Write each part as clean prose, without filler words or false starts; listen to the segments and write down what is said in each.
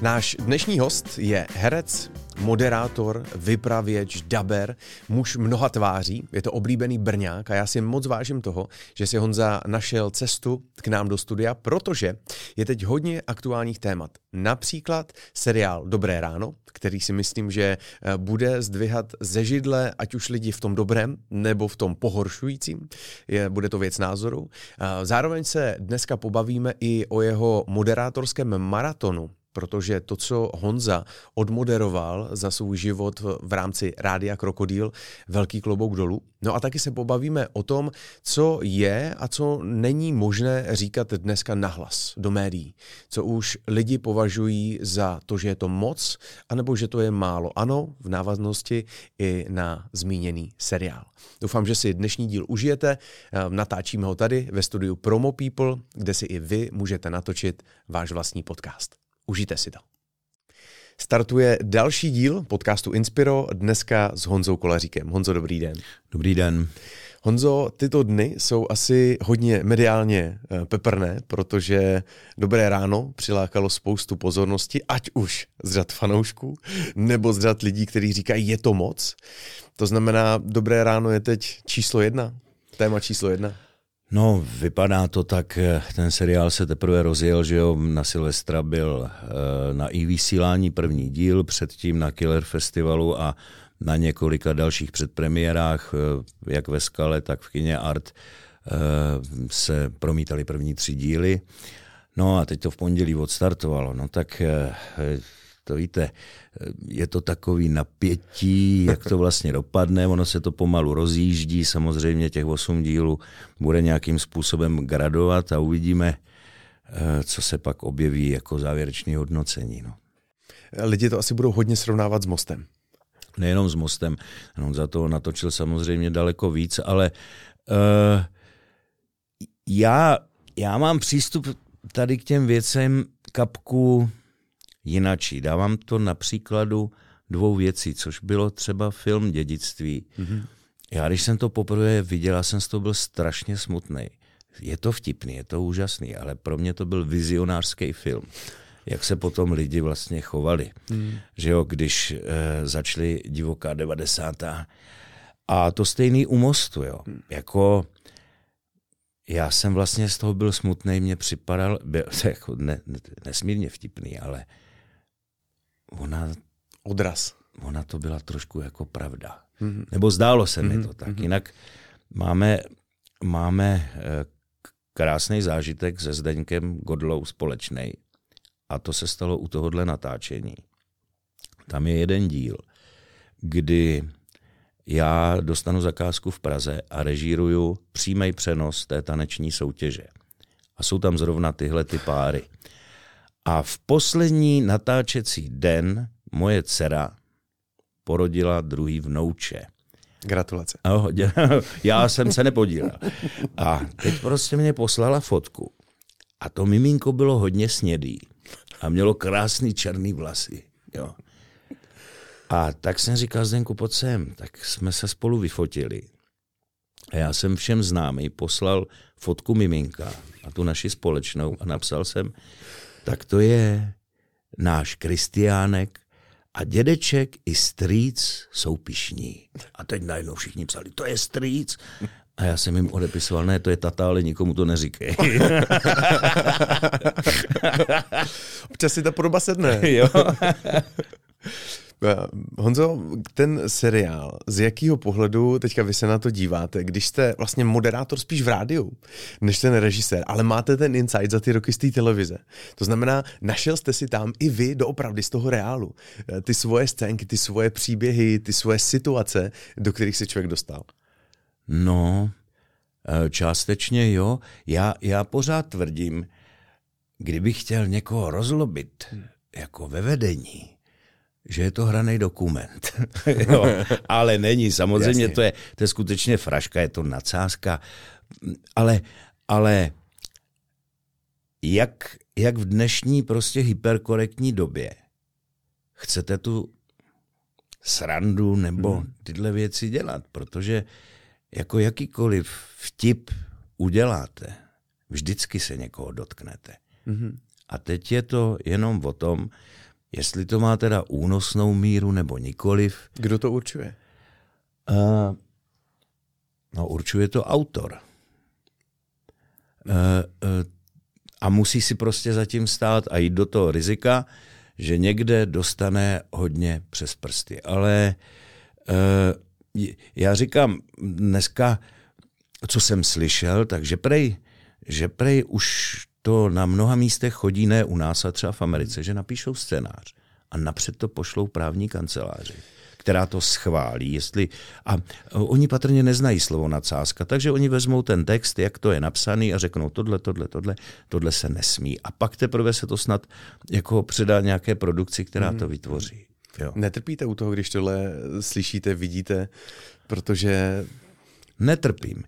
Náš dnešní host je herec, moderátor, vypravěč, daber, muž mnoha tváří, je to oblíbený Brňák a já si moc vážím toho, že si Honza našel cestu k nám do studia, protože je teď hodně aktuálních témat. Například seriál Dobré ráno, který si myslím, že bude zdvihat ze židle, ať už lidi v tom dobrém nebo v tom pohoršujícím. Bude to věc názoru. Zároveň se dneska pobavíme i o jeho moderátorském maratonu, protože to, co Honza odmoderoval za svůj život v rámci Rádia Krokodýl, velký klobouk dolů. No a taky se pobavíme o tom, co je a co není možné říkat dneska nahlas do médií. Co už lidi považují za to, že je to moc, anebo že to je málo. Ano, v návaznosti i na zmíněný seriál. Doufám, že si dnešní díl užijete. Natáčíme ho tady ve studiu Promo People, kde si i vy můžete natočit váš vlastní podcast. Užijte si to. Startuje další díl podcastu Inspiro, dneska s Honzou Kolaříkem. Honzo, dobrý den. Dobrý den. Honzo, tyto dny jsou asi hodně mediálně peprné, protože Dobré ráno přilákalo spoustu pozornosti, ať už z řad fanoušků, nebo z řad lidí, kteří říkají, je to moc. To znamená, Dobré ráno je teď číslo 1, téma číslo 1. No, vypadá to tak, ten seriál se teprve rozjel, že jo, na Silvestra byl na iVysílání první díl, předtím na Killer Festivalu a na několika dalších předpremiérách, jak ve Skale, tak v kině Art, se promítaly první 3 díly. No a teď to v pondělí odstartovalo, no tak to víte, je to takový napětí, jak to vlastně dopadne, ono se to pomalu rozjíždí, samozřejmě těch 8 dílů bude nějakým způsobem gradovat a uvidíme, co se pak objeví jako závěrečné hodnocení. No. Lidi to asi budou hodně srovnávat s Mostem. Nejenom s Mostem, on za to natočil samozřejmě daleko víc, ale já mám přístup tady k těm věcem kapku jinačí. Dávám to na příkladu 2 věcí, což bylo třeba film Dědictví. Mm-hmm. Já, když jsem to poprvé viděl, jsem z toho byl strašně smutný. Je to vtipný, je to úžasný, ale pro mě to byl vizionářský film. Jak se potom lidi vlastně chovali. Že jo, když začali divoká 90. A to stejný u Mostu, jo. Jako já jsem vlastně z toho byl smutný, mě připadal, byl jako nesmírně vtipný, ale ona to byla trošku jako pravda. Mm-hmm. Nebo zdálo se mi to tak. Jinak máme krásný zážitek se Zdeňkem Godlou společnej. A to se stalo u tohohle natáčení. Tam je jeden díl, kdy já dostanu zakázku v Praze a režíruju přímý přenos té taneční soutěže. A jsou tam zrovna tyhle ty páry. A v poslední natáčecí den moje dcera porodila druhý vnouče. Gratulace. Já jsem se nepodílel. A teď prostě mě poslala fotku. A to miminko bylo hodně snědý. A mělo krásný černý vlasy. Jo. A tak jsem říkal Zdenku, pojď sem. Tak jsme se spolu vyfotili. A já jsem všem známý poslal fotku miminka a tu naši společnou a napsal jsem, tak to je náš Kristiánek a dědeček i strýc jsou pyšní. A teď najednou všichni psali, to je strýc. A já jsem jim odepisoval, ne, to je tata, ale nikomu to neříkej. Občas si ta podoba sedne. Jo. Honzo, ten seriál, z jakého pohledu teďka vy se na to díváte, když jste vlastně moderátor spíš v rádiu, než ten režisér, ale máte ten insight za ty roky z té televize. To znamená, našel jste si tam i vy doopravdy z toho reálu ty svoje scénky, ty svoje příběhy, ty svoje situace, do kterých se člověk dostal. No, částečně jo. Já pořád tvrdím, kdybych chtěl někoho rozlobit, jako ve vedení, že je to hraný dokument. Jo, ale není, samozřejmě to je skutečně fraška, je to nadsázka. Ale jak v dnešní prostě hyperkorektní době chcete tu srandu nebo tyhle věci dělat, protože jako jakýkoliv vtip uděláte, vždycky se někoho dotknete. Mm-hmm. A teď je to jenom o tom, Jestli to má teda únosnou míru nebo nikoliv. Kdo to určuje? No, určuje to autor. A musí si prostě zatím stát a jít do toho rizika, že někde dostane hodně přes prsty. Ale já říkám dneska, co jsem slyšel, takže že prej už to na mnoha místech chodí, ne u nás a třeba v Americe, že napíšou scénář a napřed to pošlou právní kanceláři, která to schválí. A oni patrně neznají slovo nadsázka, takže oni vezmou ten text, jak to je napsaný a řeknou tohle se nesmí. A pak teprve se to snad jako předá nějaké produkci, která to vytvoří. Jo. Netrpíte u toho, když tohle slyšíte, vidíte, protože... Netrpím.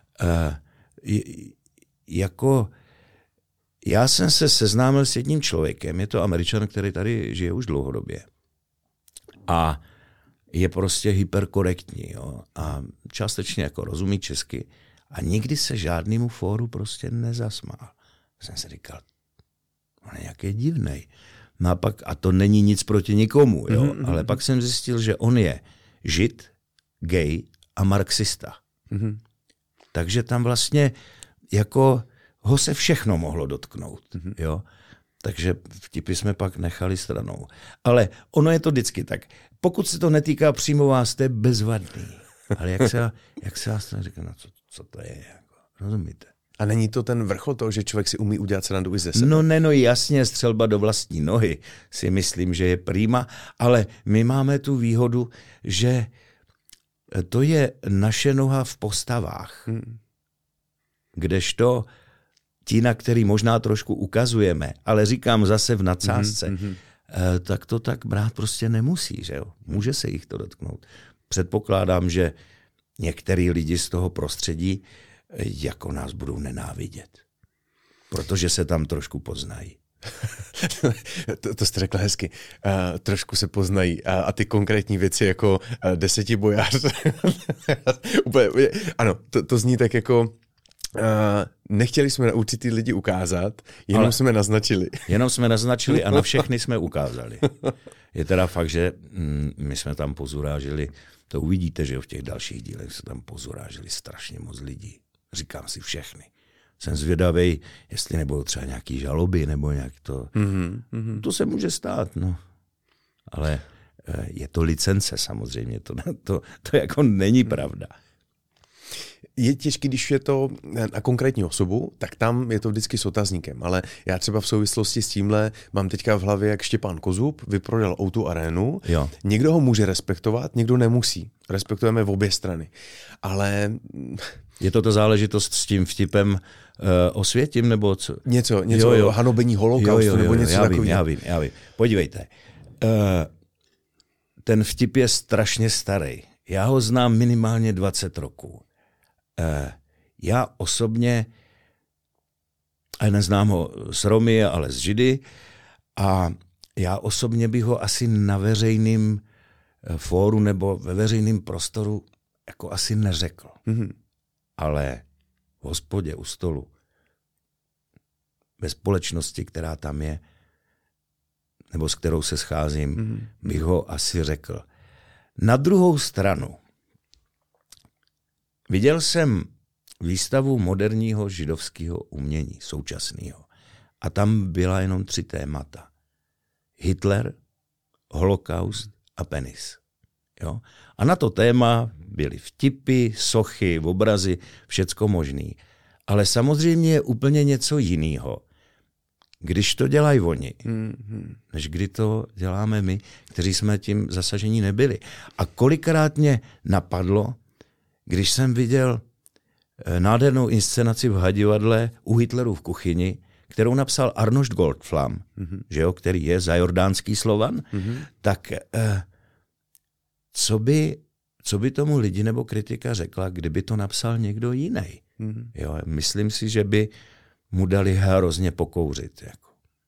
Já jsem se seznámil s jedním člověkem, je to Američan, který tady žije už dlouhodobě. A je prostě hyperkorektní, jo? A částečně jako rozumí česky. A nikdy se žádnému fóru prostě nezasmál. Jsem si říkal, on je nějaký divnej. No a to není nic proti nikomu, jo? Ale pak jsem zjistil, že on je žid, gay a marxista. Takže tam vlastně jako ho se všechno mohlo dotknout. Jo? Takže vtipy jsme pak nechali stranou. Ale ono je to vždycky tak. Pokud se to netýká přímo vás, jste bezvadný. Ale jak se vás to říká, no co to je? Jako, rozumíte? A není to ten vrchol toho, že člověk si umí udělat srandu i ze sebe? No jasně, střelba do vlastní nohy si myslím, že je prima, ale my máme tu výhodu, že to je naše noha v postavách. Kdežto ti, na který možná trošku ukazujeme, ale říkám zase v nadsázce, tak to tak brát prostě nemusí, že jo? Může se jich to dotknout. Předpokládám, že některý lidi z toho prostředí jako nás budou nenávidět, protože se tam trošku poznají. To jste řekla hezky. Trošku se poznají. A ty konkrétní věci jako desetibojář. Ano, to zní tak jako... nechtěli jsme na určitý lidi ukázat, jenom jsme naznačili. Jenom jsme naznačili a na všechny jsme ukázali. Je teda fakt, že my jsme tam pozurážili, to uvidíte, že v těch dalších dílech se tam pozurážili strašně moc lidí. Říkám si všechny. Jsem zvědavej, jestli nebudou třeba nějaký žaloby, nebo nějak to. To se může stát, no. Ale je to licence samozřejmě, to jako není pravda. Je těžké, když je to na konkrétní osobu, tak tam je to vždycky s otazníkem. Ale já třeba v souvislosti s tímhle mám teďka v hlavě, jak Štěpán Kozub vyprodal O2 Arénu. Jo. Někdo ho může respektovat, někdo nemusí. Respektujeme v obě strany. Ale... Je to ta záležitost s tím vtipem Osvětim, nebo co? Něco jo. Hanobení holokaustu, nebo něco takového. Já vím. Podívejte. Ten vtip je strašně starý. Já ho znám minimálně 20 roků. Já osobně, ale neznám ho s Romy, ale s Židy, a já osobně bych ho asi na veřejném fóru nebo ve veřejném prostoru jako asi neřekl. Ale v hospodě u stolu, ve společnosti, která tam je, nebo s kterou se scházím, bych ho asi řekl. Na druhou stranu, viděl jsem výstavu moderního židovského umění, současného. A tam byla jenom 3 témata. Hitler, holokaust a penis. Jo? A na to téma byly vtipy, sochy, obrazy, všecko možný. Ale samozřejmě je úplně něco jiného, když to dělají oni, než kdy to děláme my, kteří jsme tím zasažení nebyli. A kolikrát mě napadlo, když jsem viděl nádhernou inscenaci v Hadivadle u Hitleru v kuchyni, kterou napsal Arnošt Goldflam, že jo, který je zajordánský Slovan, tak co by tomu lidi nebo kritika řekla, kdyby to napsal někdo jiný? Jo, myslím si, že by mu dali hrozně pokouřit. Jako.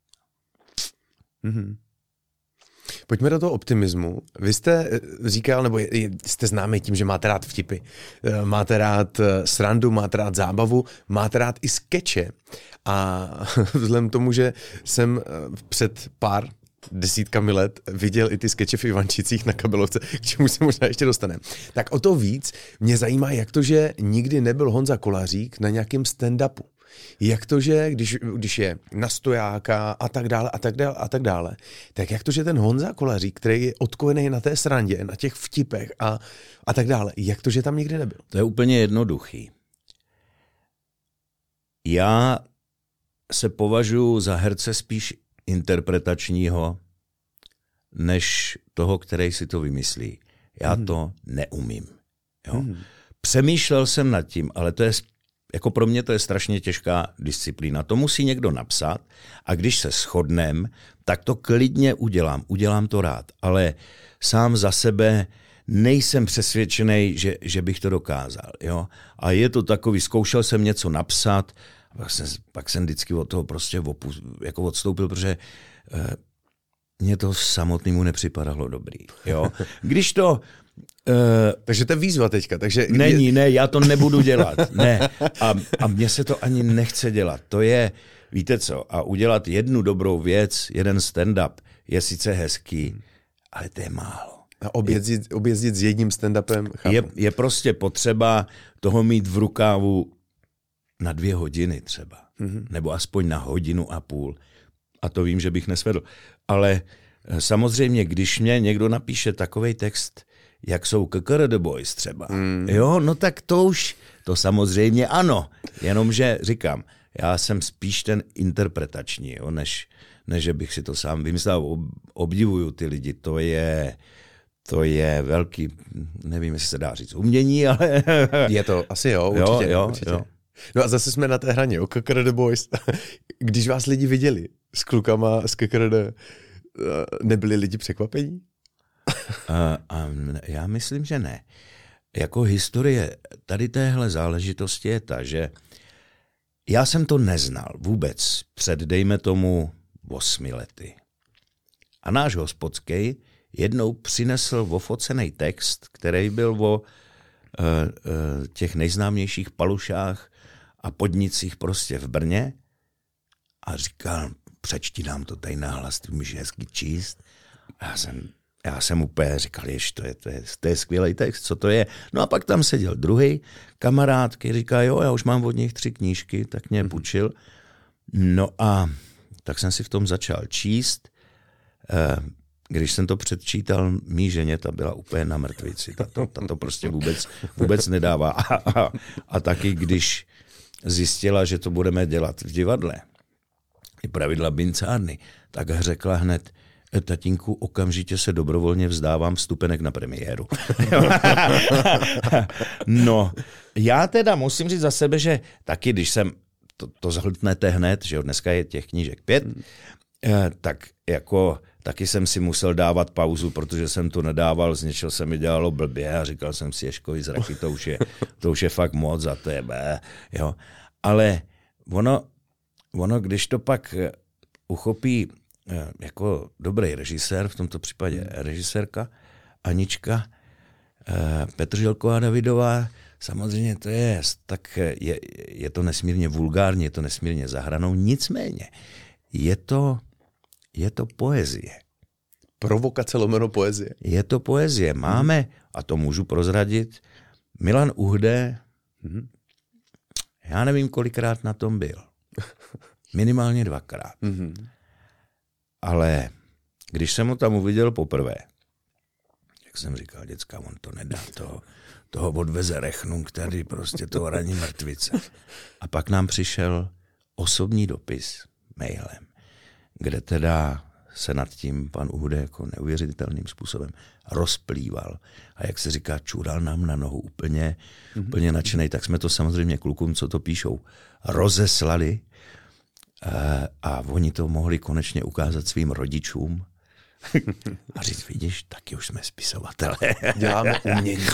Pojďme do toho optimismu. Vy jste říkal, nebo jste známý tím, že máte rád vtipy. Máte rád srandu, máte rád zábavu, máte rád i skeče. A vzhledem k tomu, že jsem před pár desítkami let viděl i ty skeče v Ivančicích na Kabelovce, k čemu se možná ještě dostaneme. Tak o to víc mě zajímá, jak to, že nikdy nebyl Honza Kolařík na nějakém stand-upu. Jak to, že když je na stojáka a tak dále, tak jak to, že ten Honza Kolařík, který je odkojený na té srandě, na těch vtipech a tak dále, jak to, že tam nikdy nebyl? To je úplně jednoduchý. Já se považuji za herce spíš interpretačního, než toho, který si to vymyslí. Já to neumím. Jo? Přemýšlel jsem nad tím, ale to je jako pro mě to je strašně těžká disciplína. To musí někdo napsat a když se shodnem, tak to klidně udělám. Udělám to rád, ale sám za sebe nejsem přesvědčený, že bych to dokázal. Jo? A je to takový, zkoušel jsem něco napsat, pak jsem vždycky od toho prostě jako odstoupil, protože mně to samotnému nepřipadalo dobrý. Jo? Když to... takže to je výzva teďka. Takže... Ne, já to nebudu dělat. Ne. A mně se to ani nechce dělat. To je, víte co, a udělat jednu dobrou věc, jeden stand-up, je sice hezký, ale to je málo. A objezdit s jedním stand-upem, je prostě potřeba toho mít v rukávu na 2 hodiny třeba. Nebo aspoň na 1,5 hodiny. A to vím, že bych nesvedl. Ale samozřejmě, když mě někdo napíše takovej text, jak jsou KKR The Boys třeba, jo, no tak to samozřejmě ano. Jenomže říkám, já jsem spíš ten interpretační, jo, než že bych si to sám vymyslel. Obdivuju ty lidi, to je velký, nevím, jestli se dá říct umění, ale... Je to, asi jo, určitě. Jo. No a zase jsme na té hraně, o KKR The Boys. Když vás lidi viděli s klukama z KKR, nebyli lidi překvapení? Já myslím, že ne. Jako historie tady téhle záležitosti je ta, že já jsem to neznal vůbec před, dejme tomu, 8 lety. A náš hospodský jednou přinesl ofocený text, který byl o těch nejznámějších palušách a podnicích prostě v Brně a říkal, přečti nám to tady nahlas, ty můžeš hezky číst. A já jsem úplně říkal, to je skvělý text, co to je. No a pak tam seděl druhý kamarád, který říká, jo, já už mám od nich 3 knížky, tak mě půjčil. No a tak jsem si v tom začal číst. Když jsem to předčítal mý ženě, ta byla úplně na mrtvici. Ta to prostě vůbec nedává. A taky, když zjistila, že to budeme dělat v divadle, i pravidla bincárny, tak řekla hned, tatínku, okamžitě se dobrovolně vzdávám vstupenek na premiéru. No, já teda musím říct za sebe, že taky, když jsem, to zhltnete hned, že dneska je těch knížek 5, tak jako taky jsem si musel dávat pauzu, protože jsem to nedával, z něčeho se mi dělalo blbě a říkal jsem si, Ježkovi zraky, to už je fakt moc za tebe. Jo. Ale ono, když to pak uchopí jako dobrý režisér, v tomto případě režisérka Anička Petrželková Davidová, samozřejmě to je, tak je to nesmírně vulgární, je to nesmírně za hranou, nicméně je to poezie. Provokace lomeno poezie. Je to poezie. Máme, a to můžu prozradit, Milan Uhde, já nevím, kolikrát na tom byl. Minimálně 2krát. Ale když jsem ho tam uviděl poprvé, jak jsem říkal, děcka, on to nedá, toho odveze Rechnung, tady prostě toho raní mrtvice. A pak nám přišel osobní dopis mailem, kde teda se nad tím pan Uhde jako neuvěřitelným způsobem rozplýval. A jak se říká, čural nám na nohu úplně nadšenej. Tak jsme to samozřejmě klukům, co to píšou, rozeslali a oni to mohli konečně ukázat svým rodičům a říct, vidíš, taky už jsme spisovatelé. Děláme umění.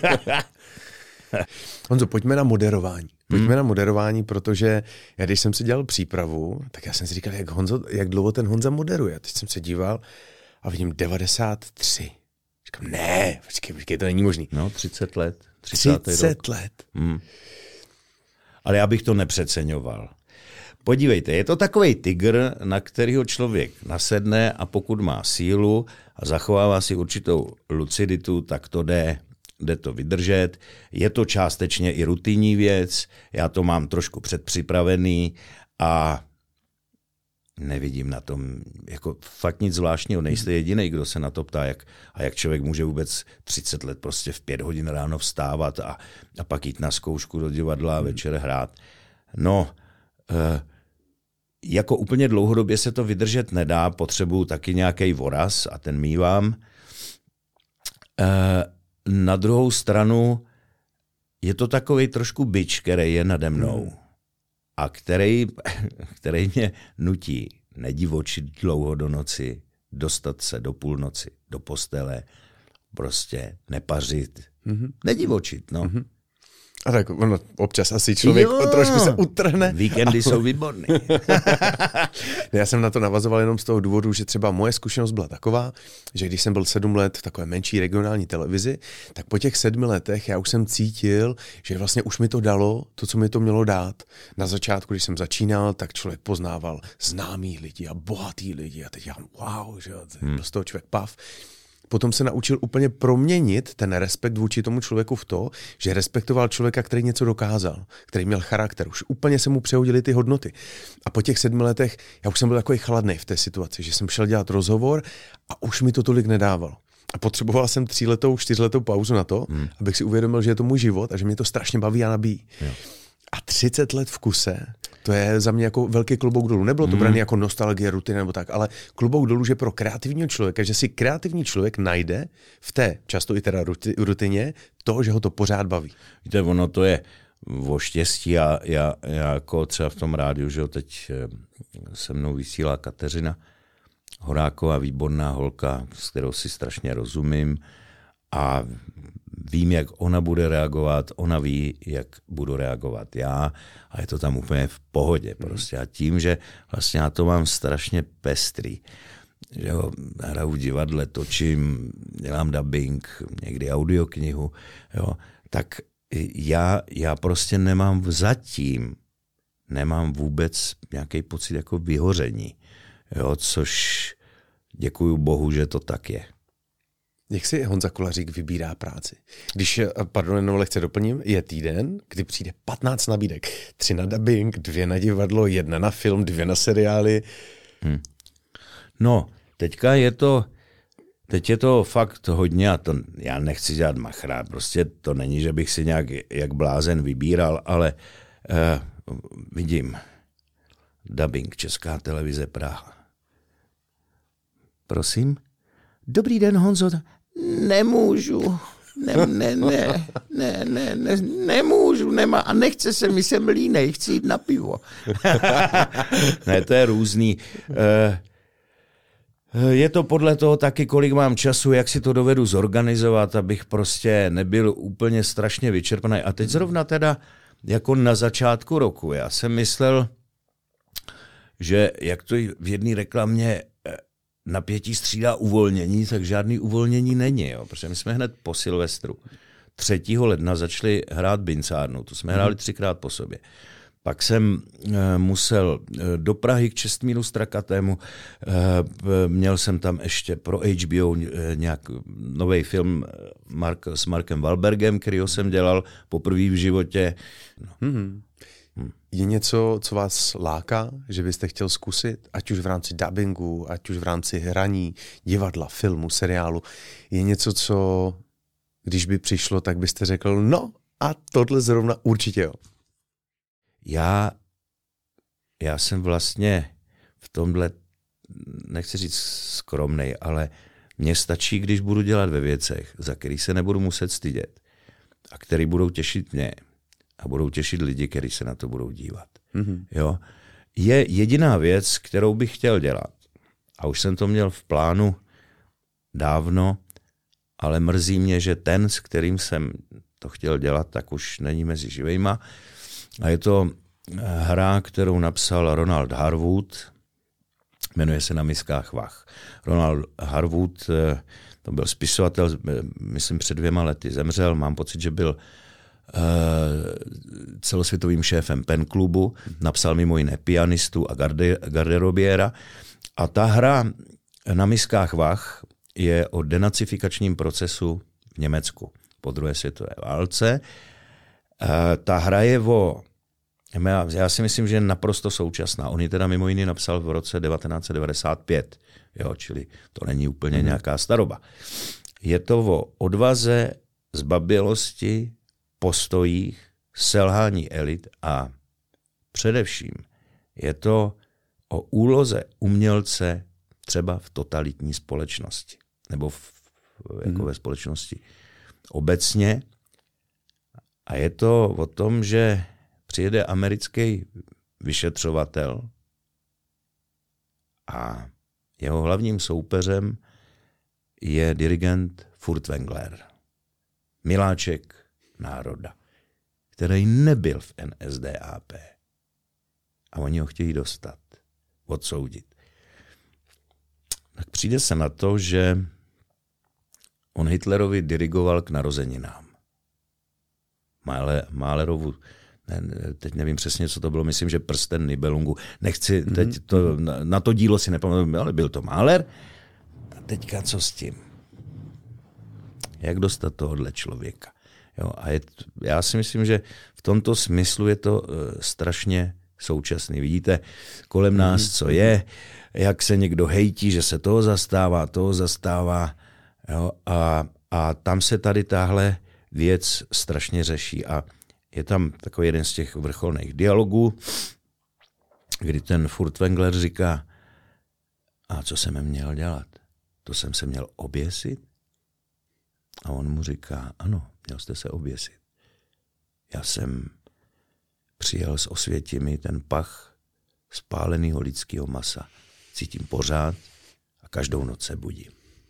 Honzo, pojďme na moderování. Pojďme na moderování, protože já když jsem si dělal přípravu, tak já jsem si říkal, jak dlouho ten Honza moderuje. Teď jsem se díval a vidím 93. Říkám, ne, počkej, to není možný. No, 30 let. 30 let. Ale já bych to nepřeceňoval. podívejte, je to takovej tygr, na kterýho člověk nasedne a pokud má sílu a zachovává si určitou luciditu, tak to jde to vydržet. Je to částečně i rutinní věc, já to mám trošku předpřipravený a nevidím na tom jako fakt nic zvláštního. Nejste jediný, kdo se na to ptá, jak člověk může vůbec 30 let prostě v 5 hodin ráno vstávat a pak jít na zkoušku do divadla a večer hrát. No, jako úplně dlouhodobě se to vydržet nedá, potřebuju taky nějaký voraz a ten mívám. Na druhou stranu je to takový trošku bič, který je nade mnou a který mě nutí nedivočit dlouho do noci, dostat se do půlnoci do postele, prostě nepařit, nedivočit, no. A tak ono, občas asi člověk trošku se utrhne. Víkendy jsou výborný. Já jsem na to navazoval jenom z toho důvodu, že třeba moje zkušenost byla taková, že když jsem byl 7 let v takové menší regionální televizi, tak po těch 7 letech já už jsem cítil, že vlastně už mi to dalo to, co mi to mělo dát. Na začátku, když jsem začínal, tak člověk poznával známý lidi a bohatý lidi a teď já wow, že z toho člověk pav. Potom se naučil úplně proměnit ten respekt vůči tomu člověku v to, že respektoval člověka, který něco dokázal, který měl charakter. Už úplně se mu přehodily ty hodnoty. A po těch 7 letech já už jsem byl takový chladný v té situaci, že jsem šel dělat rozhovor a už mi to tolik nedávalo. A potřeboval jsem 3letou, 4letou pauzu na to, abych si uvědomil, že je to můj život a že mě to strašně baví a nabíjí. Jo. A 30 let v kuse, to je za mě jako velký klobouk dolů. Nebylo to brané jako nostalgie, rutina nebo tak, ale klobouk dolů, že pro kreativního člověka, že si kreativní člověk najde v té, často i teda rutině, to, že ho to pořád baví. Víte, ono to je o štěstí a já jako třeba v tom rádiu, že teď se mnou vysílá Kateřina Horáková, výborná holka, s kterou si strašně rozumím a vím, jak ona bude reagovat, ona ví, jak budu reagovat já a je to tam úplně v pohodě prostě. A tím, že vlastně já to mám strašně pestrý, že jo, hraju v divadle, točím, dělám dubbing, někdy audioknihu, jo, tak já prostě nemám vůbec nějaký pocit jako vyhoření, jo, což děkuju Bohu, že to tak je. Jak si Honza Kolařík vybírá práci? Když, pardon, jenom lehce doplním, je týden, kdy přijde 15 nabídek. 3 na dubbing, 2 na divadlo, 1 na film, 2 na seriály. No, teď je to fakt hodně a to já nechci dělat machra, prostě to není, že bych si nějak jak blázen vybíral, ale vidím dubbing Česká televize Praha. Prosím? Dobrý den, Honzo. Nemůžu. Nemůžu, a nechce se mi, jsem línej, chci jít na pivo. Ne, to je různý. Je to podle toho taky, kolik mám času, jak si to dovedu zorganizovat, abych prostě nebyl úplně strašně vyčerpaný. A teď zrovna teda jako na začátku roku, já jsem myslel, že jak to v jedné reklamě napětí střídá uvolnění, tak žádný uvolnění není, jo, protože my jsme hned po Silvestru 3. ledna začali hrát bincárnu, to jsme hráli 3krát po sobě. Pak jsem musel do Prahy k Čestmíru Strakatému, měl jsem tam ještě pro HBO nějak nový film s Markem Wahlbergem, kterýho jsem dělal poprvé v životě. Je něco, co vás láká, že byste chtěl zkusit, ať už v rámci dubbingu, ať už v rámci hraní, divadla, filmu, seriálu? Je něco, co když by přišlo, tak byste řekl, no a tohle zrovna určitě jo. Já jsem vlastně v tomhle, nechci říct skromnej, ale mně stačí, když budu dělat ve věcech, za který se nebudu muset stydět a který budou těšit mě a budou těšit lidi, kteří se na to budou dívat. Jo? Je jediná věc, kterou bych chtěl dělat. A už jsem to měl v plánu dávno, ale mrzí mě, že ten, s kterým jsem to chtěl dělat, tak už není mezi živejma. A je to hra, kterou napsal Ronald Harwood, jmenuje se Na miskách vah. Ronald Harwood, to byl spisovatel, myslím před 2 lety zemřel, mám pocit, že byl celosvětovým šéfem Pen klubu, napsal mimo jiné Pianistu a Garderobiera. A ta hra Na miskách vah je o denacifikačním procesu v Německu po druhé světové válce. Ta hra je já si myslím, že je naprosto současná. On ji teda mimo jiný napsal v roce 1995, jo, čili to není úplně nějaká staroba. Je to o odvaze, zbabělosti, postojích, selhání elit a především je to o úloze umělce třeba v totalitní společnosti nebo jako ve společnosti obecně. A je to o tom, že přijede americký vyšetřovatel a jeho hlavním soupeřem je dirigent Furtwängler, miláček národa, který nebyl v NSDAP. A oni ho chtějí dostat, odsoudit. Tak přijde se na to, že on Hitlerovi dirigoval k narozeninám. Mahlerovu, teď nevím přesně, co to bylo, myslím, že Prsten Nibelungu. Nechci, teď na to dílo si nepamatuju, ale byl to Mahler. A teďka co s tím? Jak dostat tohohle člověka? Jo, a já si myslím, že v tomto smyslu je to strašně současný. Vidíte kolem nás, co je, jak se někdo hejtí, že se toho zastává. Jo, a tam se tady tahle věc strašně řeší. A je tam takový jeden z těch vrcholných dialogů, kdy ten Furtwängler říká, a co jsem měl dělat? To jsem se měl oběsit? A on mu říká, ano, měl jste se oběsit. Já jsem přijel z Osvětimi ten pach spálenýho lidského masa. Cítím pořád a každou noc se budím.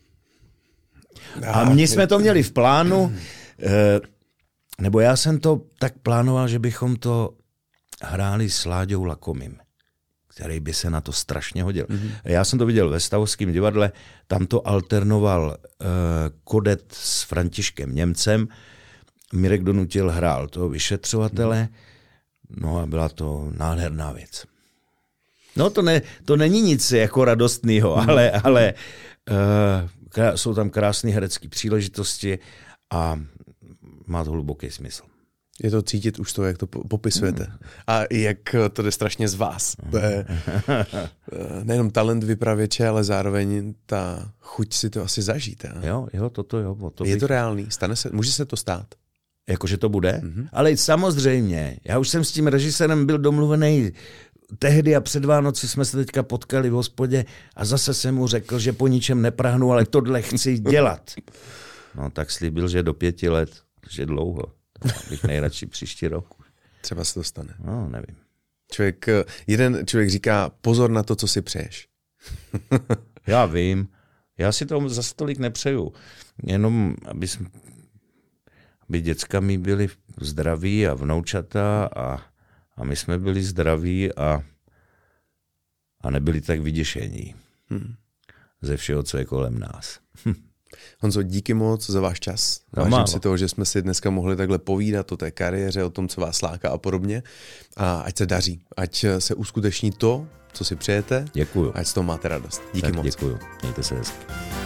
A my jsme to měli v plánu, nebo já jsem to tak plánoval, že bychom to hráli s Láďou Lakomým, který by se na to strašně hodil. Já jsem to viděl ve Stavovském divadle, tam to alternoval Kodet s Františkem Němcem, Mirek Donutil hrál toho vyšetřovatele, no a byla to nádherná věc. No to není nic jako radostného, ale jsou tam krásné herecké příležitosti a má to hluboký smysl. Je to cítit už to, jak to popisujete. A jak to jde strašně z vás. To je nejenom talent vypravěče, ale zároveň ta chuť si to asi zažít. Jo, toto jo. Je to reálný? Může se to stát? Jakože to bude? Ale samozřejmě. Já už jsem s tím režisérem byl domluvený tehdy a před Vánoci jsme se teďka potkali v hospodě a zase jsem mu řekl, že po ničem neprahnu, ale tohle chci dělat. No tak slíbil, že do 5 let, že dlouho. Bych nejradši příští rok. Třeba se to stane. No, nevím. Jeden člověk říká, pozor na to, co si přeješ. Já vím. Já si to zase tolik nepřeju. Jenom, aby děcka mi byli zdraví a vnoučata a my jsme byli zdraví a nebyli tak vyděšení ze všeho, co je kolem nás. Honzo, díky moc za váš čas. Vážím si toho, že jsme si dneska mohli takhle povídat o té kariéře, o tom, co vás láká a podobně. A ať se daří, ať se uskuteční to, co si přejete. Děkuju. Ať z toho máte radost. Díky moc. Děkuju. Mějte se hezky.